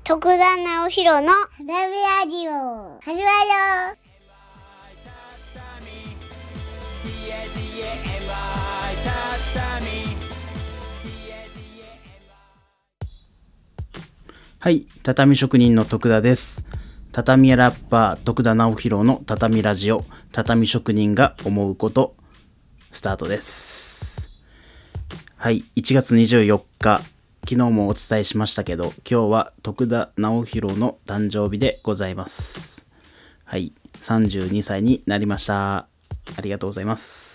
徳田直弘の畳ラジオ始まるよ。 はい、畳職人の徳田です。畳ラッパー徳田直弘の畳ラジオ、畳職人が思うこと、スタートです。はい、1月24日、昨日もお伝えしましたけど、今日は徳田直弘の誕生日でございます。はい、32歳になりました。ありがとうございます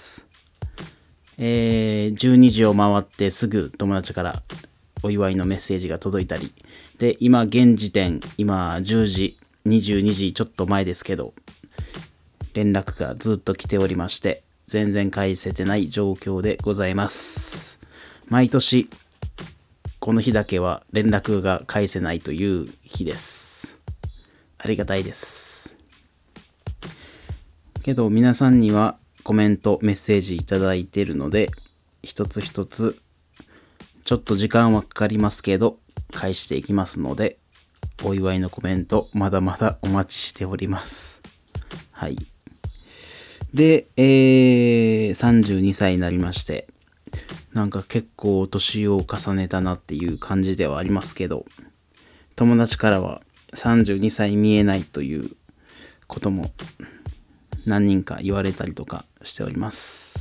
。12時を回ってすぐ友達からお祝いのメッセージが届いたり、で、現時点、10時、22時ちょっと前ですけど、連絡がずっと来ておりまして、全然返せてない状況でございます。毎年、この日だけは連絡が返せないという日です。ありがたいです。けど、皆さんにはコメント、メッセージいただいているので、一つ一つ、ちょっと時間はかかりますけど、返していきますので、お祝いのコメントまだまだお待ちしております。はい。で、32歳になりまして、なんか結構年を重ねたなっていう感じではありますけど、友達からは32歳見えないということも何人か言われたりとかしております。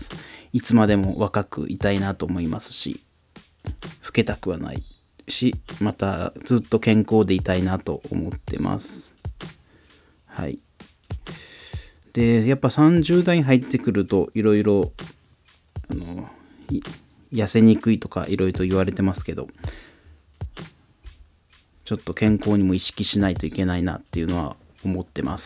いつまでも若くいたいなと思いますし、老けたくはないし、またずっと健康でいたいなと思ってます。はい。で、やっぱ30代に入ってくるといろいろ痩せにくいとかいろいろと言われてますけど、ちょっと健康にも意識しないといけないなっていうのは思ってます。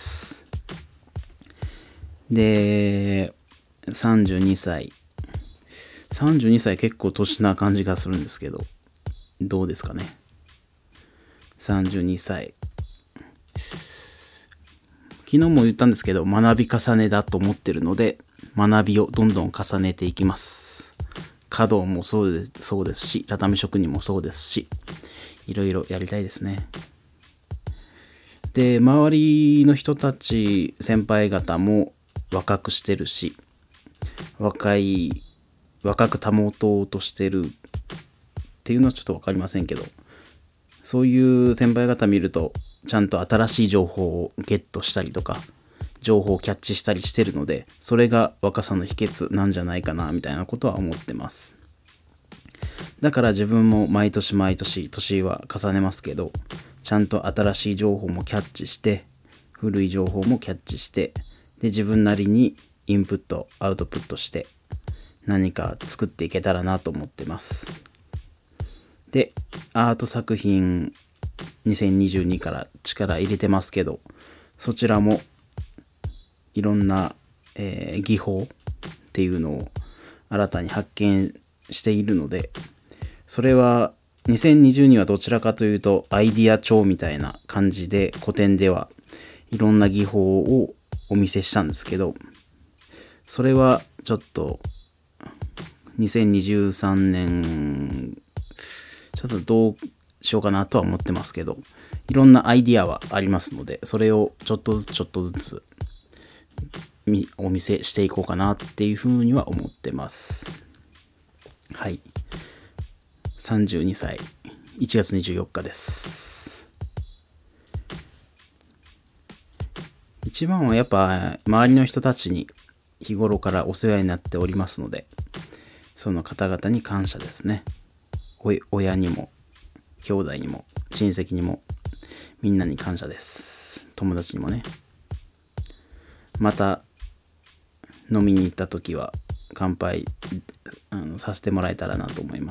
で、32歳結構年な感じがするんですけど、どうですかね。32歳。昨日も言ったんですけど、学び重ねだと思ってるので、学びをどんどん重ねていきます。華道もそうですし、畳職人もそうですし、いろいろやりたいですね。で、周りの人たち、先輩方も若くしてるし、若く保とうとしてるっていうのはちょっと分かりませんけど、そういう先輩方見るとちゃんと新しい情報をゲットしたりとか情報をキャッチしたりしてるので、それが若さの秘訣なんじゃないかなみたいなことは思ってます。だから自分も毎年年は重ねますけど、ちゃんと新しい情報もキャッチして、古い情報もキャッチして、で自分なりにインプットアウトプットして何か作っていけたらなと思ってます。で、アート作品2022から力入れてますけど、そちらもいろんな、技法っていうのを新たに発見しているので、それは2022はどちらかというとアイディア帳みたいな感じで、古典ではいろんな技法をお見せしたんですけど、それはちょっと2023年ちょっとどうしようかなとは思ってますけど、いろんなアイディアはありますので、それをちょっとずつお見せしていこうかなっていうふうには思ってます。はい。32歳、1月24日です。一番はやっぱ周りの人たちに日頃からお世話になっておりますので、その方々に感謝ですね。親にも兄弟にも親戚にもみんなに感謝です。友達にもね。また飲みに行った時は乾杯させてもらえたらなと思います。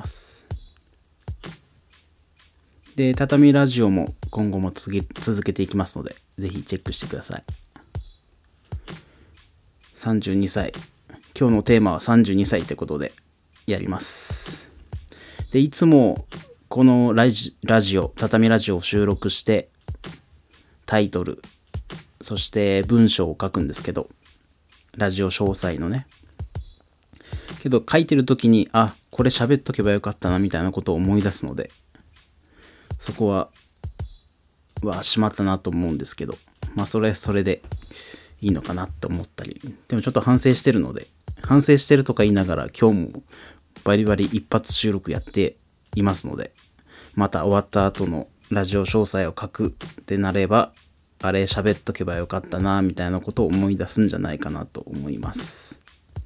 で、畳ラジオも今後も続けていきますので、ぜひチェックしてください。32歳。今日のテーマは32歳ってことでやります。で、いつもこのラジオ、畳ラジオを収録してタイトル、そして文章を書くんですけど、ラジオ詳細のね。けど書いてる時に、これ喋っとけばよかったなみたいなことを思い出すので、そこははしまったなと思うんですけど、まあそれでいいのかなと思ったり、でもちょっと反省してるので、反省してるとか言いながら今日もバリバリ一発収録やっていますので、また終わった後のラジオ詳細を書くってなれば、あれ喋っとけばよかったなみたいなことを思い出すんじゃないかなと思います。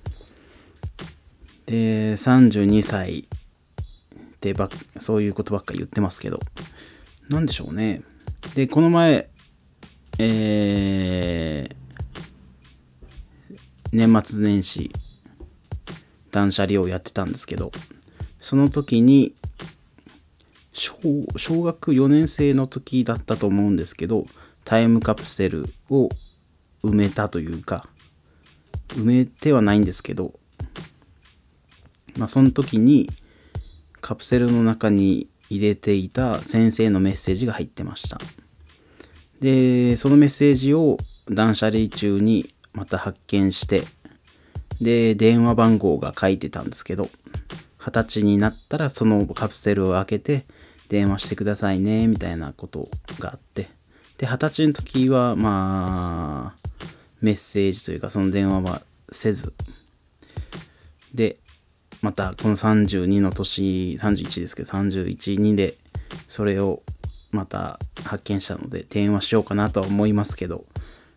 で、32歳でそういうことばっかり言ってますけど、なんでしょうね。で、この前、年末年始断捨離をやってたんですけど、その時に小学4年生の時だったと思うんですけど、タイムカプセルを埋めたというか、埋めてはないんですけど、まあその時にカプセルの中に入れていた先生のメッセージが入ってました。で、そのメッセージを断捨離中にまた発見して、で、電話番号が書いてたんですけど、20歳になったらそのカプセルを開けて電話してくださいねみたいなことがあって、で、20歳の時はまあメッセージというかその電話はせず、でまたこの32の年、31ですけど31、2でそれをまた発見したので電話しようかなとは思いますけど、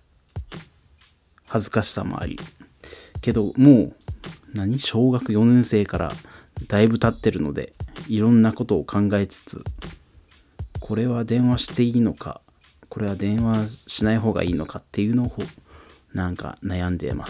恥ずかしさもあり、けどもう小学4年生からだいぶ経ってるので、いろんなことを考えつつ、これは電話していいのか、これは電話しない方がいいのかっていうのをなんか悩んでます。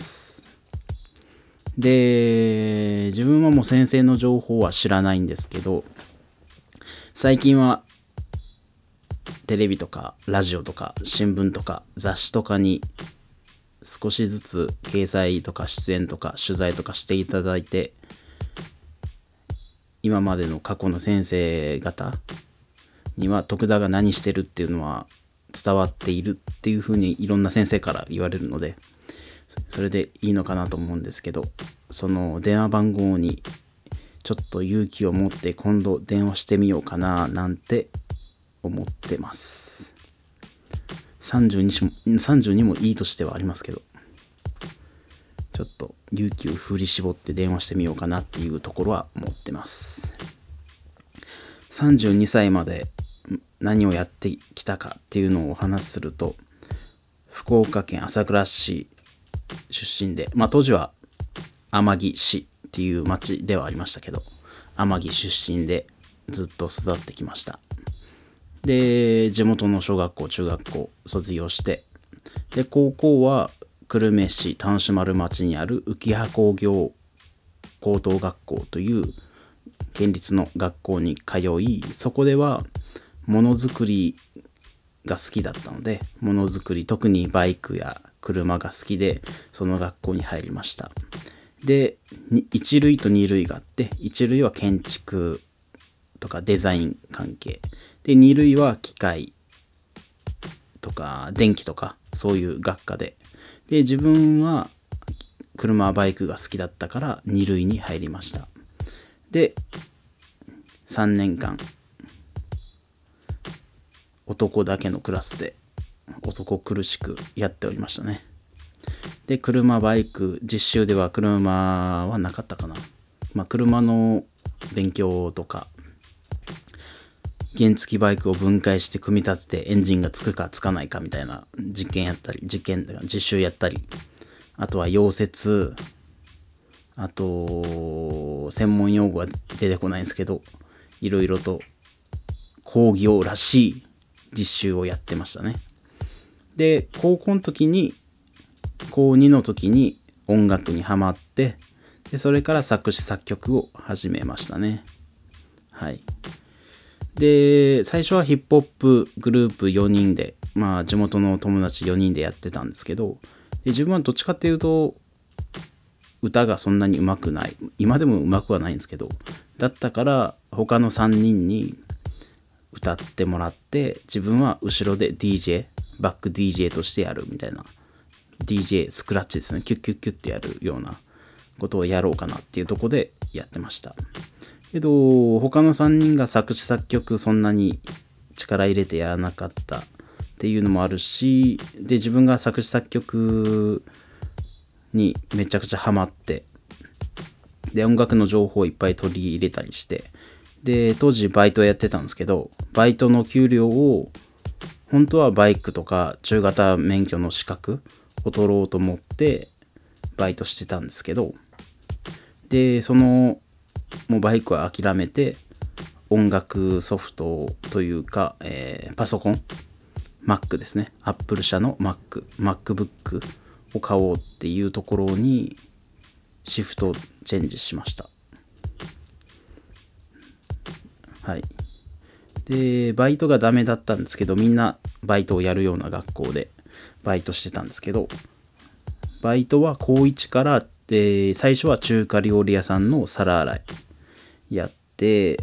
で、自分はもう先生の情報は知らないんですけど、最近はテレビとかラジオとか新聞とか雑誌とかに少しずつ掲載とか出演とか取材とかしていただいて、今までの過去の先生方には徳田が何してるっていうのは伝わっているっていうふうにいろんな先生から言われるので、それでいいのかなと思うんですけど、その電話番号にちょっと勇気を持って今度電話してみようかななんて思ってます。32もいい年ではありますけど、ちょっと勇気を振り絞って電話してみようかなっていうところは思ってます。32歳まで何をやってきたかっていうのをお話しすると、福岡県朝倉市出身で、まあ当時は天城市っていう町ではありましたけど、天城出身でずっと育ってきました。で、地元の小学校中学校卒業して、で高校は久留米市田主丸町にある浮羽工業高等学校という県立の学校に通い、そこではものづくりが好きだったので、ものづくり、特にバイクや車が好きで、その学校に入りました。で、1類と2類があって、1類は建築とかデザイン関係で、2類は機械とか電気とかそういう学科で、で自分は車バイクが好きだったから2類に入りました。で3年間男だけのクラスで男苦しくやっておりましたね。で車バイク実習では車はなかったかな、まあ車の勉強とか原付バイクを分解して組み立ててエンジンがつくかつかないかみたいな実習やったり、あとは溶接、あと専門用語は出てこないんですけど、いろいろと工業らしい実習をやってましたね。で高2の時に音楽にハマって、でそれから作詞作曲を始めましたね。はい。で最初はヒップホップグループ4人で、まあ地元の友達4人でやってたんですけど、で自分はどっちかっていうと歌がそんなに上手くない、今でも上手くはないんですけど、だったから他の3人に歌ってもらって、自分は後ろで DJ バック DJ としてやるみたいな、 DJ スクラッチですね、キュッキュッキュッってやるようなことをやろうかなっていうところでやってました。けど他の3人が作詞作曲そんなに力入れてやらなかったっていうのもあるし、で自分が作詞作曲にめちゃくちゃハマって、で音楽の情報をいっぱい取り入れたりして、で当時バイトやってたんですけど、バイトの給料を本当はバイクとか中型免許の資格を取ろうと思ってバイトしてたんですけど、でもうバイクは諦めて音楽ソフトというか、パソコン Mac ですね、Apple 社の MacBook を買おうっていうところにシフトチェンジしました。はい。でバイトがダメだったんですけど、みんなバイトをやるような学校でバイトしてたんですけど、バイトは高1から、最初は中華料理屋さんの皿洗いやって、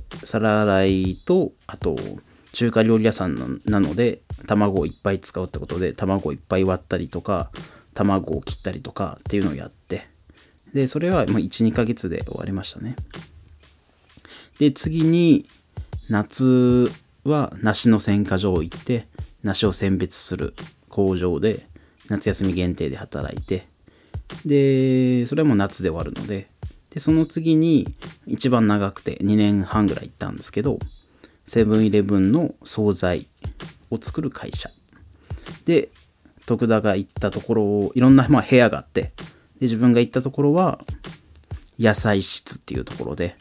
皿洗いと、あと中華料理屋さんなので卵をいっぱい使うってことで、卵をいっぱい割ったりとか卵を切ったりとかっていうのをやって、でそれは 1,2 ヶ月で終わりましたね。で次に夏は梨の選果場行って梨を選別する工場で夏休み限定で働いて、でそれはもう夏で終わるので、その次に一番長くて2年半ぐらい行ったんですけど、セブンイレブンの惣菜を作る会社で、徳田が行ったところ、いろんな部屋があって、で自分が行ったところは野菜室っていうところで、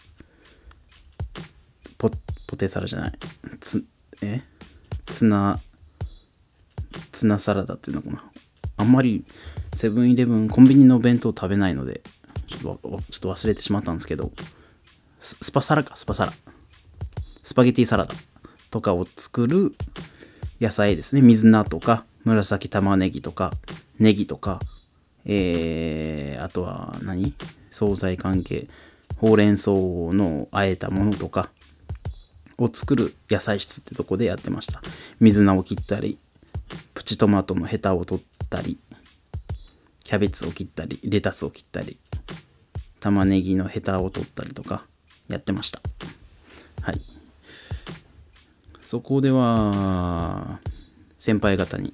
ポテサラじゃない、ツナサラダっていうのかな。あんまりセブンイレブンコンビニの弁当食べないのでちょっと忘れてしまったんですけど、スパゲティサラダとかを作る野菜ですね。水菜とか紫玉ねぎとかネギとか、あとは惣菜関係、ほうれん草のあえたものとかを作る野菜室ってとこでやってました。水菜を切ったり、プチトマトのヘタを取ったり、キャベツを切ったり、レタスを切ったり、玉ねぎのヘタを取ったりとかやってました。はい。そこでは先輩方に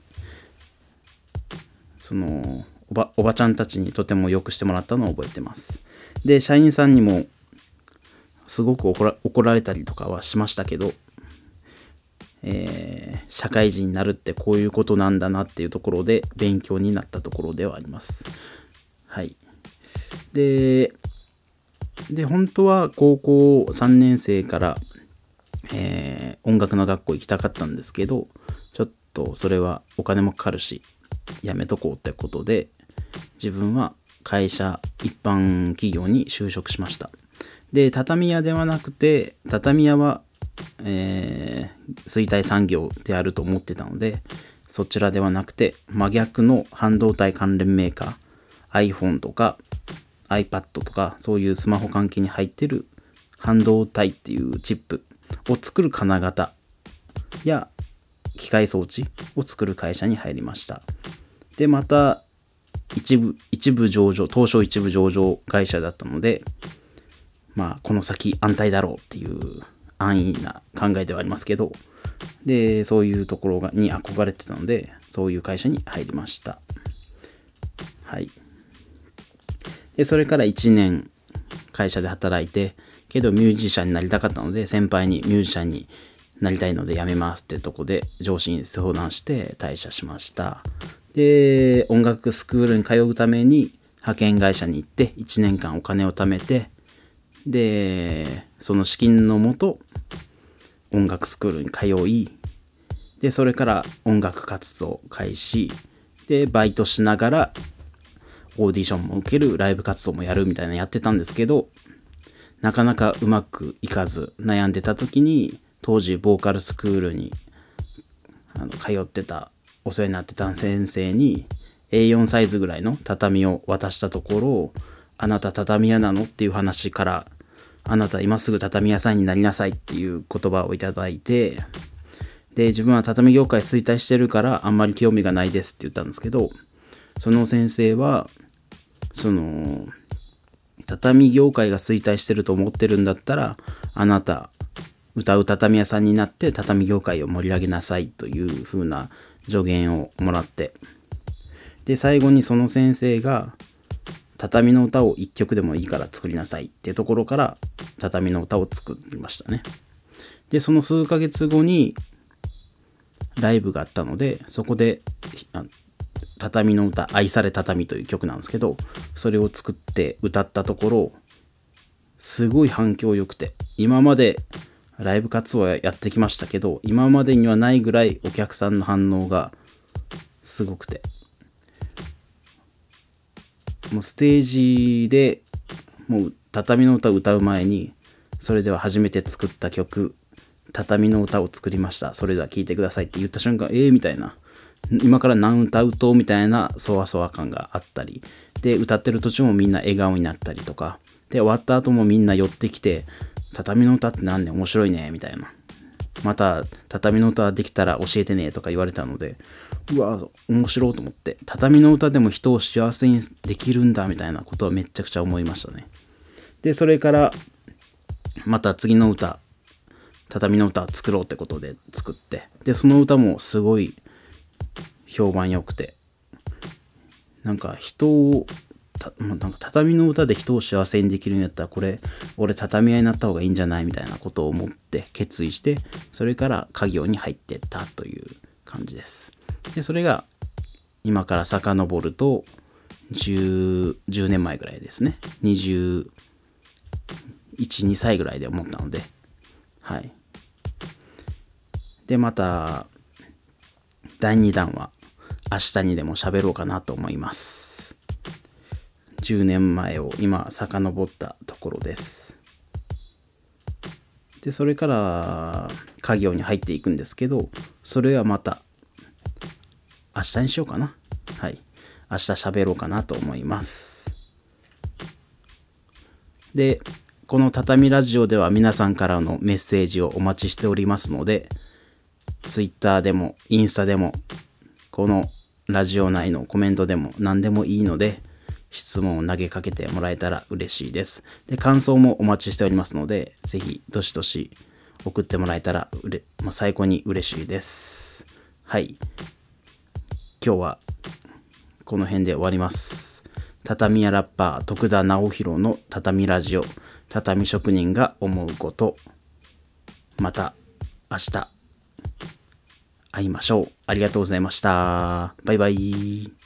おばちゃんたちにとてもよくしてもらったのを覚えてます。で社員さんにもすごく怒られたりとかはしましたけど、社会人になるってこういうことなんだなっていうところで勉強になったところではあります。はい。で本当は高校3年生から、音楽の学校行きたかったんですけど、ちょっとそれはお金もかかるしやめとこうってことで、自分は一般企業に就職しました。で畳屋ではなくて、畳屋は衰退産業であると思ってたので、そちらではなくて真逆の半導体関連メーカー、 iPhone とか iPad とかそういうスマホ関係に入ってる半導体っていうチップを作る金型や機械装置を作る会社に入りました。でまた一部上場、東証一部上場会社だったので、この先安泰だろうっていう安易な考えではありますけど、でそういうところに憧れてたので、そういう会社に入りました。はい。でそれから1年会社で働いて、けどミュージシャンになりたかったので、先輩にミュージシャンになりたいので辞めますってとこで上司に相談して退社しました。で音楽スクールに通うために派遣会社に行って1年間お金を貯めて、でその資金のもと音楽スクールに通い、でそれから音楽活動開始で、バイトしながらオーディションも受ける、ライブ活動もやるみたいなのやってたんですけど、なかなかうまくいかず悩んでた時に、当時ボーカルスクールに通ってた、お世話になってた先生に A4 サイズぐらいの畳を渡したところ、あなた畳屋なのっていう話から、あなた今すぐ畳屋さんになりなさいっていう言葉をいただいて、で自分は畳業界衰退してるからあんまり興味がないですって言ったんですけど、その先生は畳業界が衰退してると思ってるんだったら、あなた歌う畳屋さんになって畳業界を盛り上げなさいという風な助言をもらって、で最後にその先生が畳の歌を一曲でもいいから作りなさいっていうところから畳の歌を作りましたね。でその数ヶ月後にライブがあったので、そこで畳の歌、愛され畳という曲なんですけど、それを作って歌ったところ、すごい反響良くて、今までライブ活動はやってきましたけど、今までにはないぐらいお客さんの反応がすごくて、もうステージでもう畳の歌を歌う前に、それでは初めて作った曲、畳の歌を作りました、それでは聴いてくださいって言った瞬間、みたいな、今から何歌うとみたいなそわそわ感があったりで、歌ってる途中もみんな笑顔になったりとかで、終わった後もみんな寄ってきて、畳の歌ってなんで面白いねみたいな、また畳の歌できたら教えてねとか言われたので、うわ面白いと思って、畳の歌でも人を幸せにできるんだみたいなことはめちゃくちゃ思いましたね。でそれからまた次の歌、畳の歌作ろうってことで作って、でその歌もすごい評判良くて、なんか人をなんか畳の歌で人を幸せにできるんやったら、これ俺畳屋になった方がいいんじゃないみたいなことを思って決意して、それから家業に入っていったという感じです。でそれが今から遡ると10年前ぐらいですね。21、2歳ぐらいで思ったので、はい。でまた第2弾は明日にでも喋ろうかなと思います。10年前を今遡ったところです。でそれから家業に入っていくんですけど、それはまた明日にしようかな。はい、明日喋ろうかなと思います。でこの畳ラジオでは皆さんからのメッセージをお待ちしておりますので、Twitter でもインスタでもこのラジオ内のコメントでも何でもいいので、質問を投げかけてもらえたら嬉しいです。で感想もお待ちしておりますので、ぜひどしどし送ってもらえたら最高に嬉しいです。はい、今日はこの辺で終わります。畳屋ラッパー徳田直弘の畳ラジオ、畳職人が思うこと。また明日会いましょう。ありがとうございました。バイバイ。